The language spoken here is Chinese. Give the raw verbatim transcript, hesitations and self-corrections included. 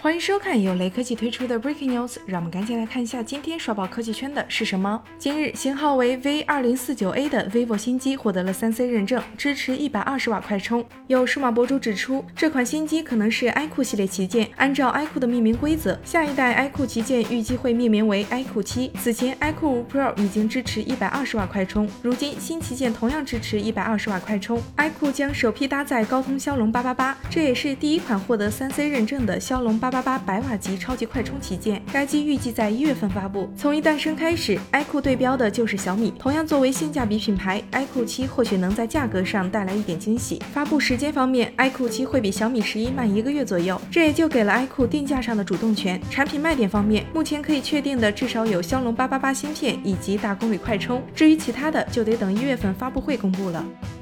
欢迎收看由雷科技推出的 Breaking News， 让我们赶紧来看一下今天刷爆科技圈的是什么。今日，型号为 V 二零四九 A 的 vivo 新机获得了 三 C 认证，支持一百二十瓦快充。有数码博主指出，这款新机可能是 iQOO 系列旗舰。按照 iQOO 的命名规则，下一代 iQOO 旗舰预计会命名为 iQOO 七。此前 iQOO 五 Pro 已经支持一百二十瓦快充，如今新旗舰同样支持一百二十瓦快充。iQOO 将首批搭载高通骁龙八八八，这也是第一款获得 三 C 认证的骁龙八八八百瓦级超级快充旗舰。该机预计在一月份发布。从一诞生开始 ，iQOO 对标的就是小米。同样作为性价比品牌 ，iQOO 七或许能在价格上带来一点惊喜。发布时间方面 ，iQOO 七会比小米十一慢一个月左右，这也就给了 iQOO 定价上的主动权。产品卖点方面，目前可以确定的至少有骁龙八八八芯片以及大功率快充。至于其他的，就得等一月份发布会公布了。